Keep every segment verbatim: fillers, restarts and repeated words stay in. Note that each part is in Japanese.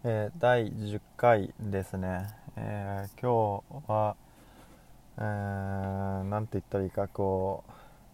えー、だいじゅっかいですね。えー今日は、えー、なんて言ったらいいか、こ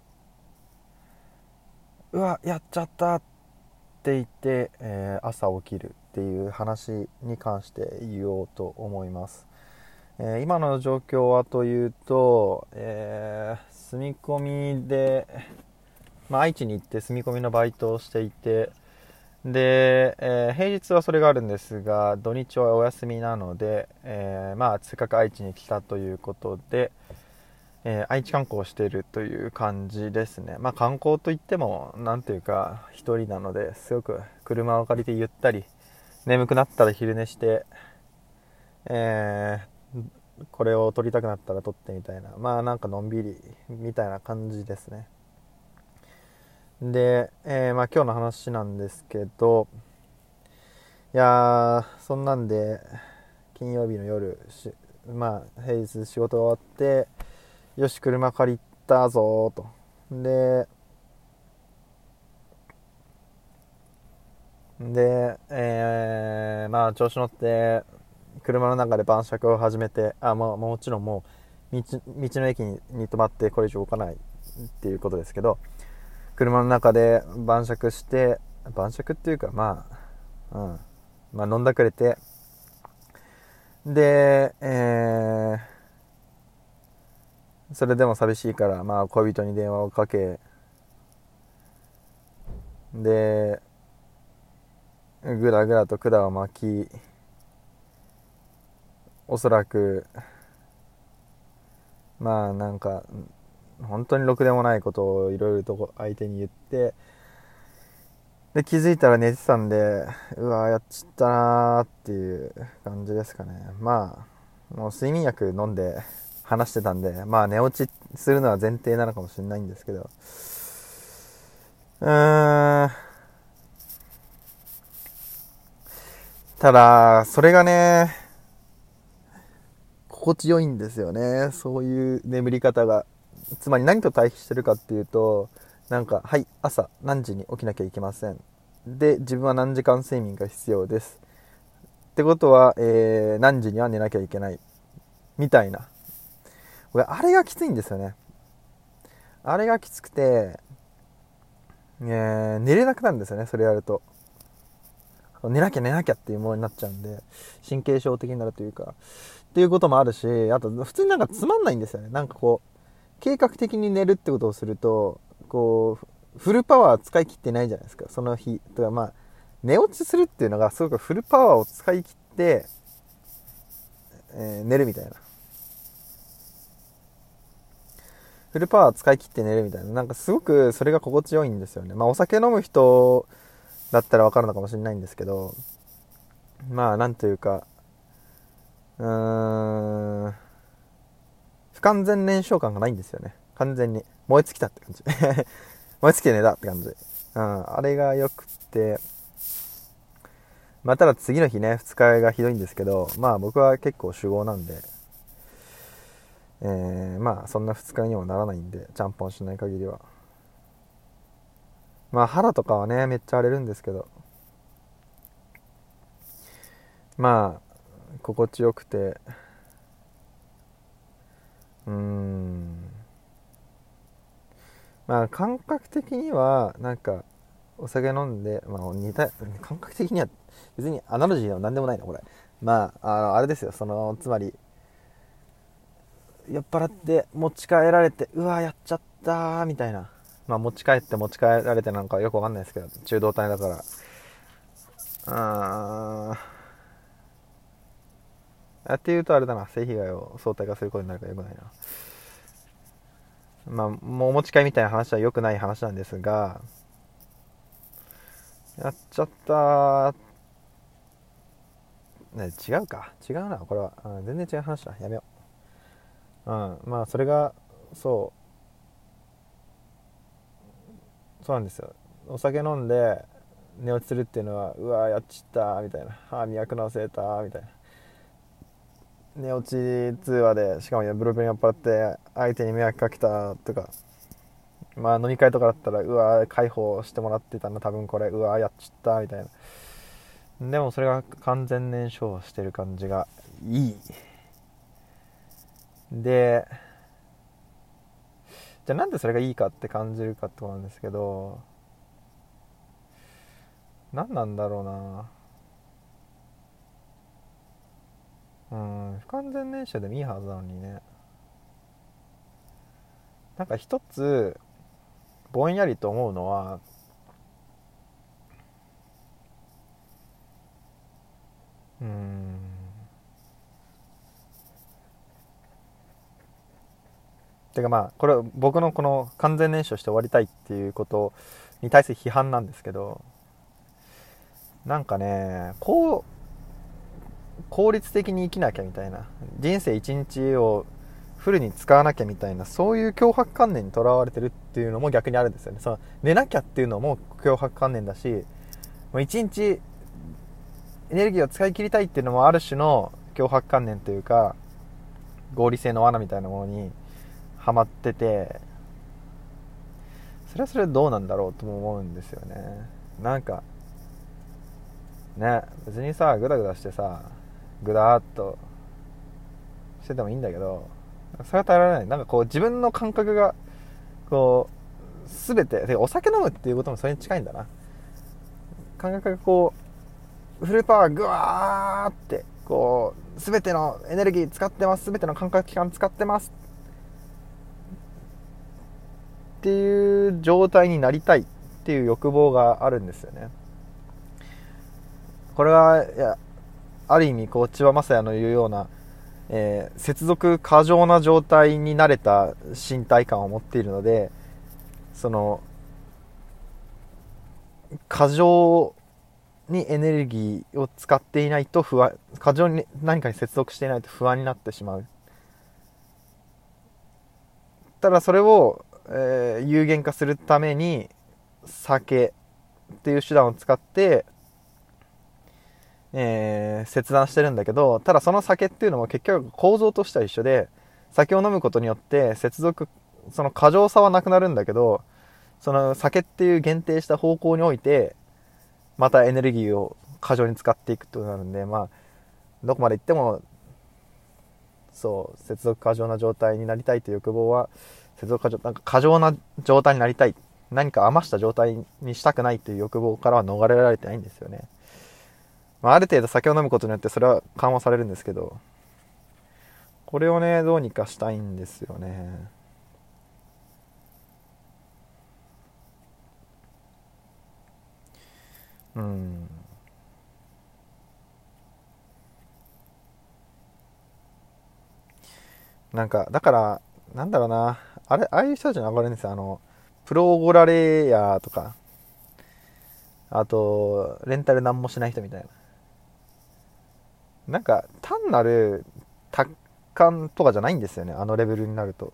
う、うわ、やっちゃったって言って、えー朝起きるっていう話に関して言おうと思います。えー今の状況はというと、えー住み込みで、まあ、愛知に行って住み込みのバイトをしていて、で、えー平日はそれがあるんですが、土日はお休みなので、えーまあせっかく愛知に来たということで、えー愛知観光をしているという感じですね。まあ観光といってもなんていうか一人なので、すごく車を借りてゆったり、眠くなったら昼寝して、えーこれを撮りたくなったら撮ってみたいな、まあなんかのんびりみたいな感じですね。で、えーまあ今日の話なんですけど、いやー、そんなんで金曜日の夜し、まあ平日仕事終わって、よし車借りたぞーと。でで、えーまあ調子乗って車の中で晩酌を始めて、あ、まあもちろんもう道道の駅にに止まって、これ以上動かないっていうことですけど、車の中で晩酌して、晩酌っていうか、まあうんまあ飲んだくれて、で、えーそれでも寂しいから、まあ恋人に電話をかけ、でぐらぐらと管を巻き、おそらくまあなんか本当にろくでもないことをいろいろと相手に言って、で気づいたら寝てたんで、うわやっちったなーっていう感じですかね。まあもう睡眠薬飲んで話してたんで、まあ寝落ちするのは前提なのかもしれないんですけど、うーんただそれがね、心地よいんですよね、そういう眠り方が。つまり何と対比してるかっていうと、なんかはい朝何時に起きなきゃいけません、で自分は何時間睡眠が必要ですってことは、えー何時には寝なきゃいけないみたいな。俺あれがきついんですよね。あれがきつくて、えー寝れなくなるんですよね、それやると。寝なきゃ寝なきゃっていうものになっちゃうんで、神経症的になるというかっていうこともあるし、あと普通になんかつまんないんですよね。なんかこう計画的に寝るってことをすると、こうフルパワー使い切ってないじゃないですか、その日とか。まあ寝落ちするっていうのがすごくフルパワーを使い切って、えー寝るみたいな。フルパワー使い切って寝るみたいな、なんかすごくそれが心地よいんですよね。まあお酒飲む人だったら分かるのかもしれないんですけど、まあなんというか、うーん不完全燃焼感がないんですよね。完全に燃え尽きたって感じ燃え尽きて寝たって感じ。うん、あれがよくって、まあただ次の日ね、二日酔いがひどいんですけど、まあ僕は結構酒豪なんで、えー、まあそんな二日にもならないんで、ちゃんぽんしない限りは。まあ肌とかはねめっちゃ荒れるんですけど、まあ心地よくて、うーんまあ感覚的にはなんかお酒飲んで、まあ似た感覚的には別にアナロジーでもなんでもないなこれ。まああのあれですよ、そのつまり酔っ払って持ち帰られて、うわやっちゃったーみたいな。まあ持ち帰って持ち帰られてなんかよくわかんないですけど、中道体だから、あーっていうとあれだな、性被害を相対化することになるからよくないな。まあもうお持ち帰りみたいな話はよくない話なんですが、やっちゃったー、ね、違うか違うなこれは、うん、全然違う話だ、やめよう。うん、まあそれが、そうそうなんですよ。お酒飲んで寝落ちするっていうのは、うわやっちったーみたいな、歯磨くの忘れたーみたいな、寝落ち通話で、しかもブログに酔っ払って相手に迷惑かけたとか、まあ飲み会とかだったら、うわ解放してもらってたな多分これ、うわやっちったーみたいな、 でもそれが完全燃焼してる感じがいい。でじゃあなんでそれがいいかって感じるかってことなんですけど、何なんだろうな。うん不完全燃焼でもいいはずなのにね。なんか一つぼんやりと思うのは、うーんてかまあこれは僕のこの完全燃焼して終わりたいっていうことに対する批判なんですけど、なんかねこう効率的に生きなきゃみたいな、人生一日をフルに使わなきゃみたいな、そういう強迫観念にとらわれてるっていうのも逆にあるんですよね。その寝なきゃっていうのも強迫観念だし、もう一日エネルギーを使い切りたいっていうのもある種の強迫観念というか合理性の罠みたいなものにハマってて、それはそれでどうなんだろうとも思うんですよね。なんかね別にさグダグダしてさグダーっとしててもいいんだけど、それは耐えられない。なんかこう自分の感覚がこう全ててかお酒飲むっていうこともそれに近いんだな。感覚がこうフルパワーグワーってこう全てのエネルギー使ってます、全ての感覚器官使ってますっていう状態になりたいっていう欲望があるんですよね。これはいやある意味こう千葉雅也の言うような、えー、接続過剰な状態に慣れた身体感を持っているので、その過剰にエネルギーを使っていないと不安、過剰に何かに接続していないと不安になってしまう。ただそれを、えー有限化するために酒っていう手段を使って、えー切断してるんだけど、ただその酒っていうのも結局構造としては一緒で、酒を飲むことによって接続、その過剰さはなくなるんだけど、その酒っていう限定した方向においてまたエネルギーを過剰に使っていくってことになるんで、まあどこまで行ってもそう接続過剰な状態になりたいという欲望は、接続過剰なんか過剰な状態になりたい、何か余した状態にしたくないという欲望からは逃れられてないんですよね。まあ、ある程度酒を飲むことによってそれは緩和されるんですけど、これをねどうにかしたいんですよね。うんなんかだからなんだろうな、あれああいう人たちの憧れるんですよ。あのプロオゴラレイヤーとか、あとレンタルなんもしない人みたいな、なんか単なる達観とかじゃないんですよね、あのレベルになると。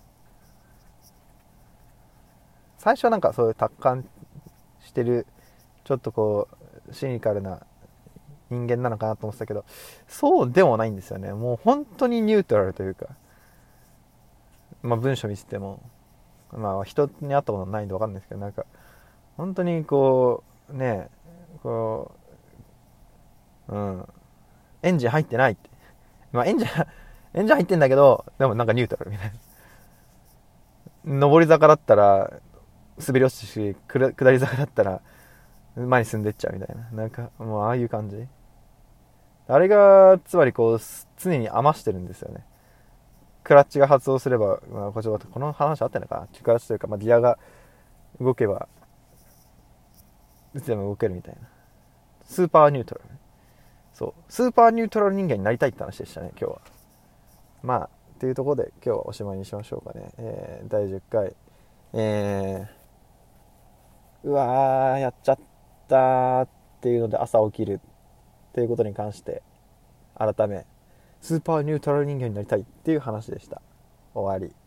最初はなんかそういう達観してるちょっとこうシニカルな人間なのかなと思ってたけど、そうでもないんですよね。もう本当にニュートラルというか、まあ文章見せても、まあ人に会ったことないんで分かんないですけど、なんか本当にこうねこううんエンジン入ってないって、まあエンジンエンジン入ってんだけど、でもなんかニュートラルみたいな。上り坂だったら滑り落ちるし、下り坂だったら前に進んでっちゃうみたいな、なんかもうああいう感じ。あれがつまりこう常に余してるんですよね。クラッチが発動すれば、まあ、こっちこの話あったのか、クラッチというか、まあ、ギアが動けばいつでも動けるみたいな、スーパーニュートラル、そうスーパーニュートラル人間になりたいって話でしたね今日は。まあっていうところで今日はおしまいにしましょうかね。えー、だいじゅっかい、えー、うわーやっちゃったーっていうので朝起きるっていうことに関して改めスーパーニュートラル人間になりたいっていう話でした。終わり。